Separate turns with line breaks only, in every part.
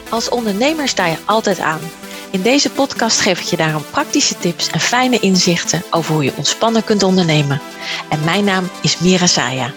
Als ondernemer sta je altijd aan. In deze podcast geef ik je daarom praktische tips en fijne inzichten over hoe je ontspannen kunt ondernemen. En mijn naam is Mira Saya.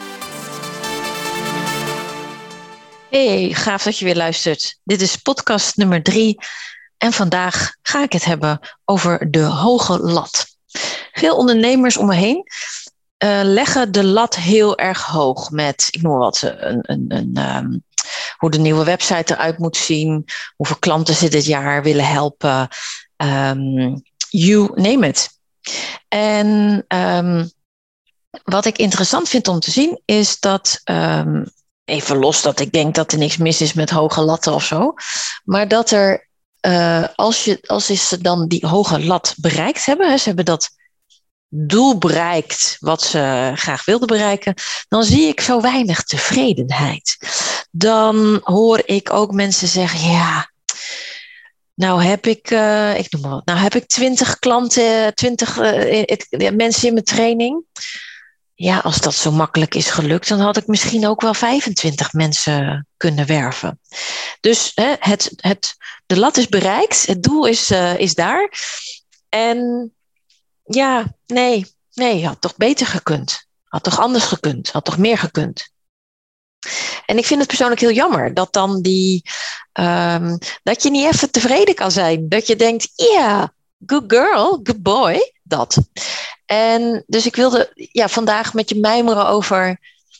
Hey, gaaf dat je weer luistert. Dit is podcast nummer 3 en vandaag ga ik het hebben over de hoge lat. Veel ondernemers om me heen leggen de lat heel erg hoog met, ik noem wat, hoe de nieuwe website eruit moet zien, hoeveel klanten ze dit jaar willen helpen, you name it. En wat ik interessant vind om te zien is dat, even los dat ik denk dat er niks mis is met hoge latten of zo, maar dat er, als ze dan die hoge lat bereikt hebben, ze hebben dat doel bereikt wat ze graag wilden bereiken, dan zie ik zo weinig tevredenheid. Dan hoor ik ook mensen zeggen, ja, nou heb ik, ik noem maar wat, nou heb ik 20 klanten, 20 mensen in mijn training. Ja, als dat zo makkelijk is gelukt, dan had ik misschien ook wel 25 mensen kunnen werven. Dus de lat is bereikt, het doel is daar. En ja, nee, had toch beter gekund. Had toch anders gekund. Had toch meer gekund. En ik vind het persoonlijk heel jammer dat dan dat je niet even tevreden kan zijn. Dat je denkt, ja, good girl, good boy, dat. En dus ik wilde vandaag met je mijmeren over,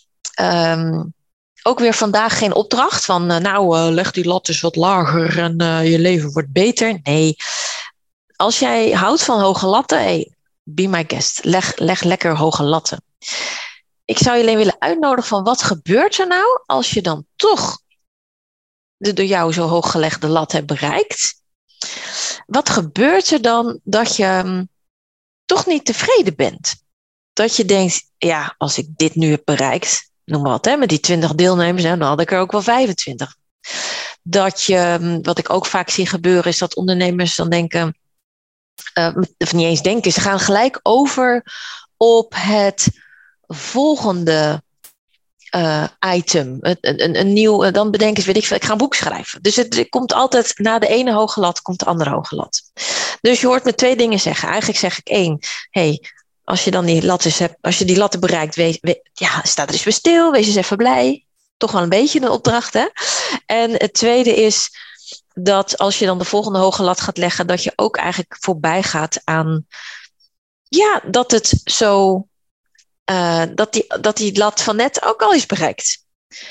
ook weer vandaag geen opdracht van, leg die lat eens wat lager en je leven wordt beter. Nee, als jij houdt van hoge latten, hey, be my guest. Leg lekker hoge latten. Ik zou je alleen willen uitnodigen van wat gebeurt er nou als je dan toch de door jou zo hoog gelegde lat hebt bereikt? Wat gebeurt er dan dat je toch niet tevreden bent? Dat je denkt, ja, als ik dit nu heb bereikt, noem maar wat, met die 20 deelnemers, dan had ik er ook wel 25. Dat je, wat ik ook vaak zie gebeuren, is dat ondernemers dan denken, of niet eens denken, ze gaan gelijk over op het volgende item. Een nieuw, dan bedenken ze, weet ik veel, ik ga een boek schrijven. Dus het komt altijd, na de ene hoge lat komt de andere hoge lat. Dus je hoort me 2 dingen zeggen. Eigenlijk zeg ik 1, als je dan die latten hebt, als je die latten bereikt, sta er eens weer stil, wees eens even blij. Toch wel een beetje een opdracht, hè? En het tweede is dat als je dan de volgende hoge lat gaat leggen, dat je ook eigenlijk voorbij gaat aan, dat het zo, dat die lat van net ook al is bereikt.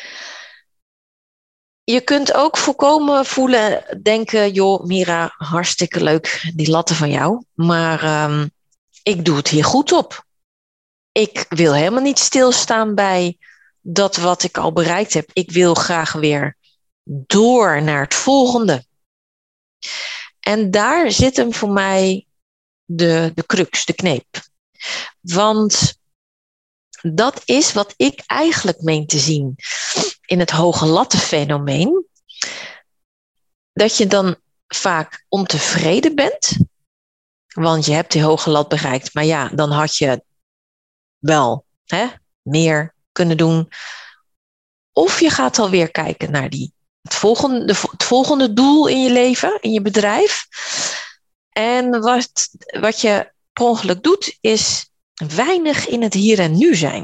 Je kunt ook volkomen voelen, denken, joh, Mira, hartstikke leuk, die latten van jou, maar ik doe het hier goed op. Ik wil helemaal niet stilstaan bij dat wat ik al bereikt heb. Ik wil graag weer door naar het volgende. En daar zit hem voor mij de crux, de kneep. Want dat is wat ik eigenlijk meen te zien in het hoge lattenfenomeen. Dat je dan vaak ontevreden bent. Want je hebt die hoge lat bereikt. Maar dan had je wel meer kunnen doen. Of je gaat alweer kijken naar het volgende doel in je leven, in je bedrijf. En wat je per ongeluk doet, is weinig in het hier en nu zijn.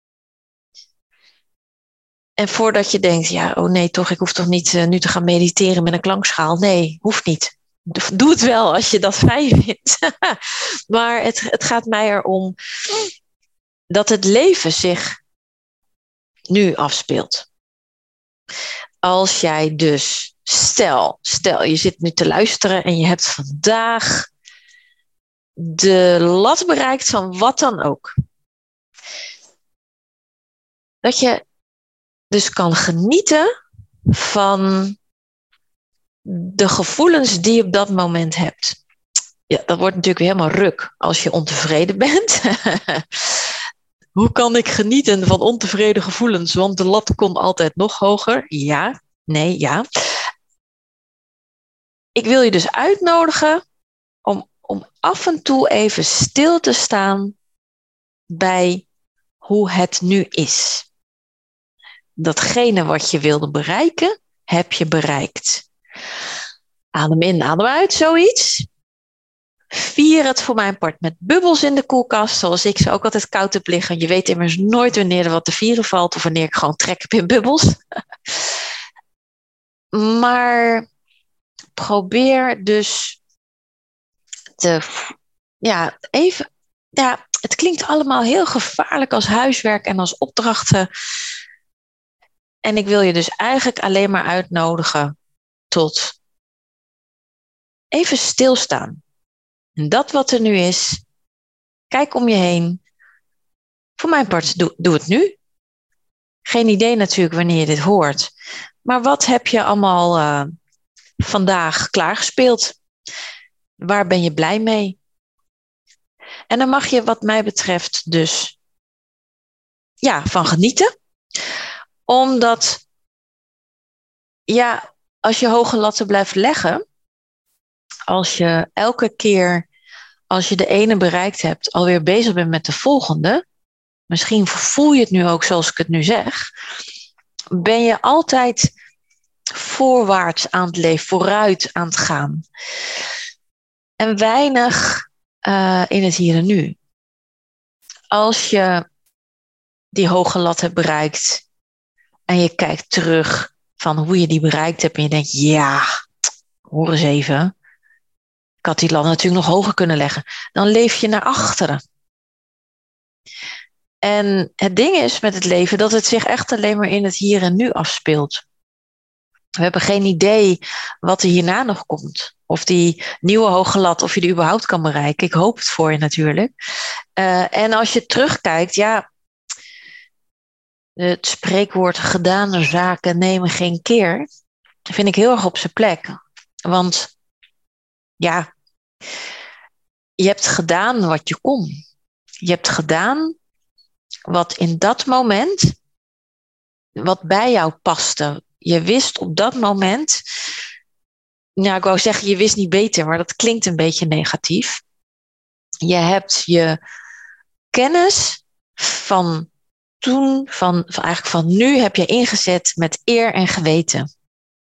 En voordat je denkt, ik hoef toch niet nu te gaan mediteren met een klankschaal. Nee, hoeft niet. Doe het wel als je dat fijn vindt. Maar het gaat mij erom dat het leven zich nu afspeelt. Als jij dus, stel, je zit nu te luisteren en je hebt vandaag de lat bereikt van wat dan ook. Dat je dus kan genieten van de gevoelens die je op dat moment hebt. Ja, dat wordt natuurlijk weer helemaal ruk als je ontevreden bent. Hoe kan ik genieten van ontevreden gevoelens? Want de lat kon altijd nog hoger. Ja. Ik wil je dus uitnodigen om af en toe even stil te staan bij hoe het nu is. Datgene wat je wilde bereiken, heb je bereikt. Adem in, adem uit, zoiets. Vier het voor mijn part met bubbels in de koelkast, zoals ik ze ook altijd koud heb liggen. Je weet immers nooit wanneer er wat te vieren valt of wanneer ik gewoon trek heb in bubbels. Maar probeer dus het klinkt allemaal heel gevaarlijk als huiswerk en als opdrachten. En ik wil je dus eigenlijk alleen maar uitnodigen tot even stilstaan. En dat wat er nu is, kijk om je heen. Voor mijn part, doe het nu. Geen idee natuurlijk wanneer je dit hoort. Maar wat heb je allemaal vandaag klaargespeeld? Waar ben je blij mee? En dan mag je wat mij betreft dus van genieten. Omdat als je hoge latten blijft leggen, als je elke keer als je de ene bereikt hebt alweer bezig bent met de volgende, misschien voel je het nu ook zoals ik het nu zeg, ben je altijd voorwaarts aan het leven, vooruit aan het gaan. En weinig in het hier en nu. Als je die hoge lat hebt bereikt en je kijkt terug van hoe je die bereikt hebt en je denkt, hoor eens even, ik had die lat natuurlijk nog hoger kunnen leggen. Dan leef je naar achteren. En het ding is met het leven dat het zich echt alleen maar in het hier en nu afspeelt. We hebben geen idee wat er hierna nog komt. Of die nieuwe hoge lat, of je die überhaupt kan bereiken. Ik hoop het voor je natuurlijk. En als je terugkijkt, het spreekwoord gedane zaken nemen geen keer, vind ik heel erg op zijn plek. Want je hebt gedaan wat je kon. Je hebt gedaan wat in dat moment, wat bij jou paste. Je wist op dat moment, ik wou zeggen je wist niet beter, maar dat klinkt een beetje negatief. Je hebt je kennis van toen, eigenlijk van nu, heb je ingezet met eer en geweten.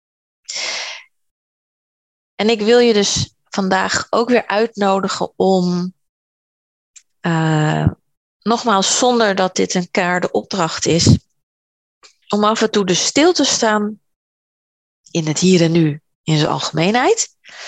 En ik wil je dus vandaag ook weer uitnodigen om, nogmaals zonder dat dit een keiharde opdracht is, om af en toe dus stil te staan in het hier en nu in zijn algemeenheid.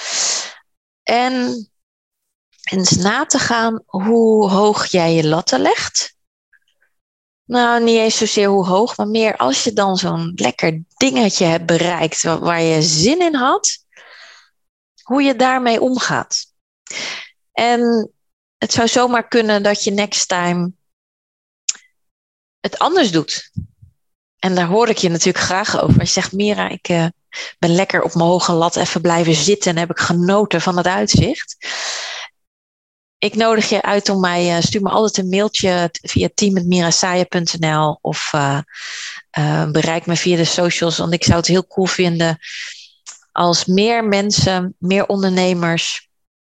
En eens na te gaan hoe hoog jij je latten legt. Nou, niet eens zozeer hoe hoog, maar meer als je dan zo'n lekker dingetje hebt bereikt waar je zin in had, hoe je daarmee omgaat. En het zou zomaar kunnen dat je next time het anders doet. En daar hoor ik je natuurlijk graag over. Als je zegt, Mira, ik ben lekker op mijn hoge lat even blijven zitten en heb ik genoten van het uitzicht. Ik nodig je uit om stuur me altijd een mailtje via team@mirasaya.nl of bereik me via de socials. Want ik zou het heel cool vinden als meer mensen, meer ondernemers,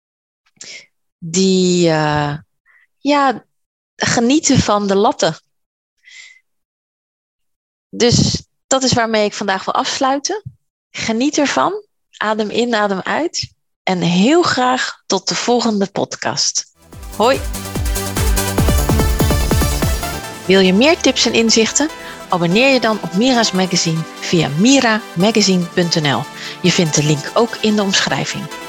die genieten van de latten. Dus dat is waarmee ik vandaag wil afsluiten. Geniet ervan. Adem in, adem uit. En heel graag tot de volgende podcast. Hoi! Wil je meer tips en inzichten? Abonneer je dan op Mira's Magazine via miramagazine.nl. Je vindt de link ook in de omschrijving.